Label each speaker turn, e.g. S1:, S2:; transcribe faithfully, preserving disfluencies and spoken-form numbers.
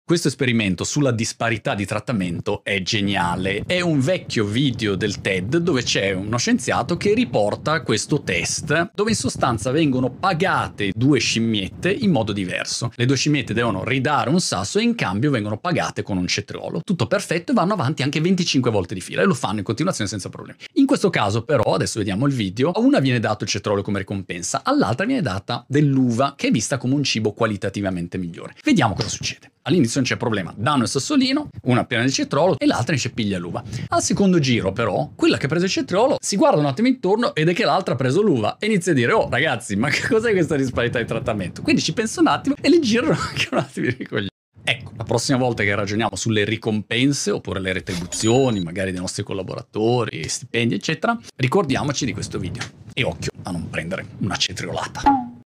S1: Questo esperimento sulla disparità di trattamento è geniale. È un vecchio video del TED dove c'è uno scienziato che riporta questo test, dove in sostanza vengono pagate due scimmiette in modo diverso. Le due scimmiette devono ridare un sasso e in cambio vengono pagate con un cetriolo. Tutto perfetto e vanno avanti anche venticinque volte di fila e lo fanno in continuazione senza problemi. In questo caso però, adesso vediamo il video, a una viene dato il cetriolo come ricompensa, all'altra viene data dell'uva che è vista come un cibo qualitativamente migliore. Vediamo cosa succede. All'inizio non c'è problema, danno il sassolino, una piena di cetriolo e l'altra invece piglia l'uva. Al secondo giro però, quella che ha preso il cetriolo si guarda un attimo intorno ed è che l'altra ha preso l'uva e inizia a dire: oh ragazzi, ma che cos'è questa disparità di trattamento? Quindi ci penso un attimo e le girano anche un attimo di coglioni. Ecco, la prossima volta che ragioniamo sulle ricompense oppure le retribuzioni, magari dei nostri collaboratori, stipendi eccetera, ricordiamoci di questo video. E occhio a non prendere una cetriolata.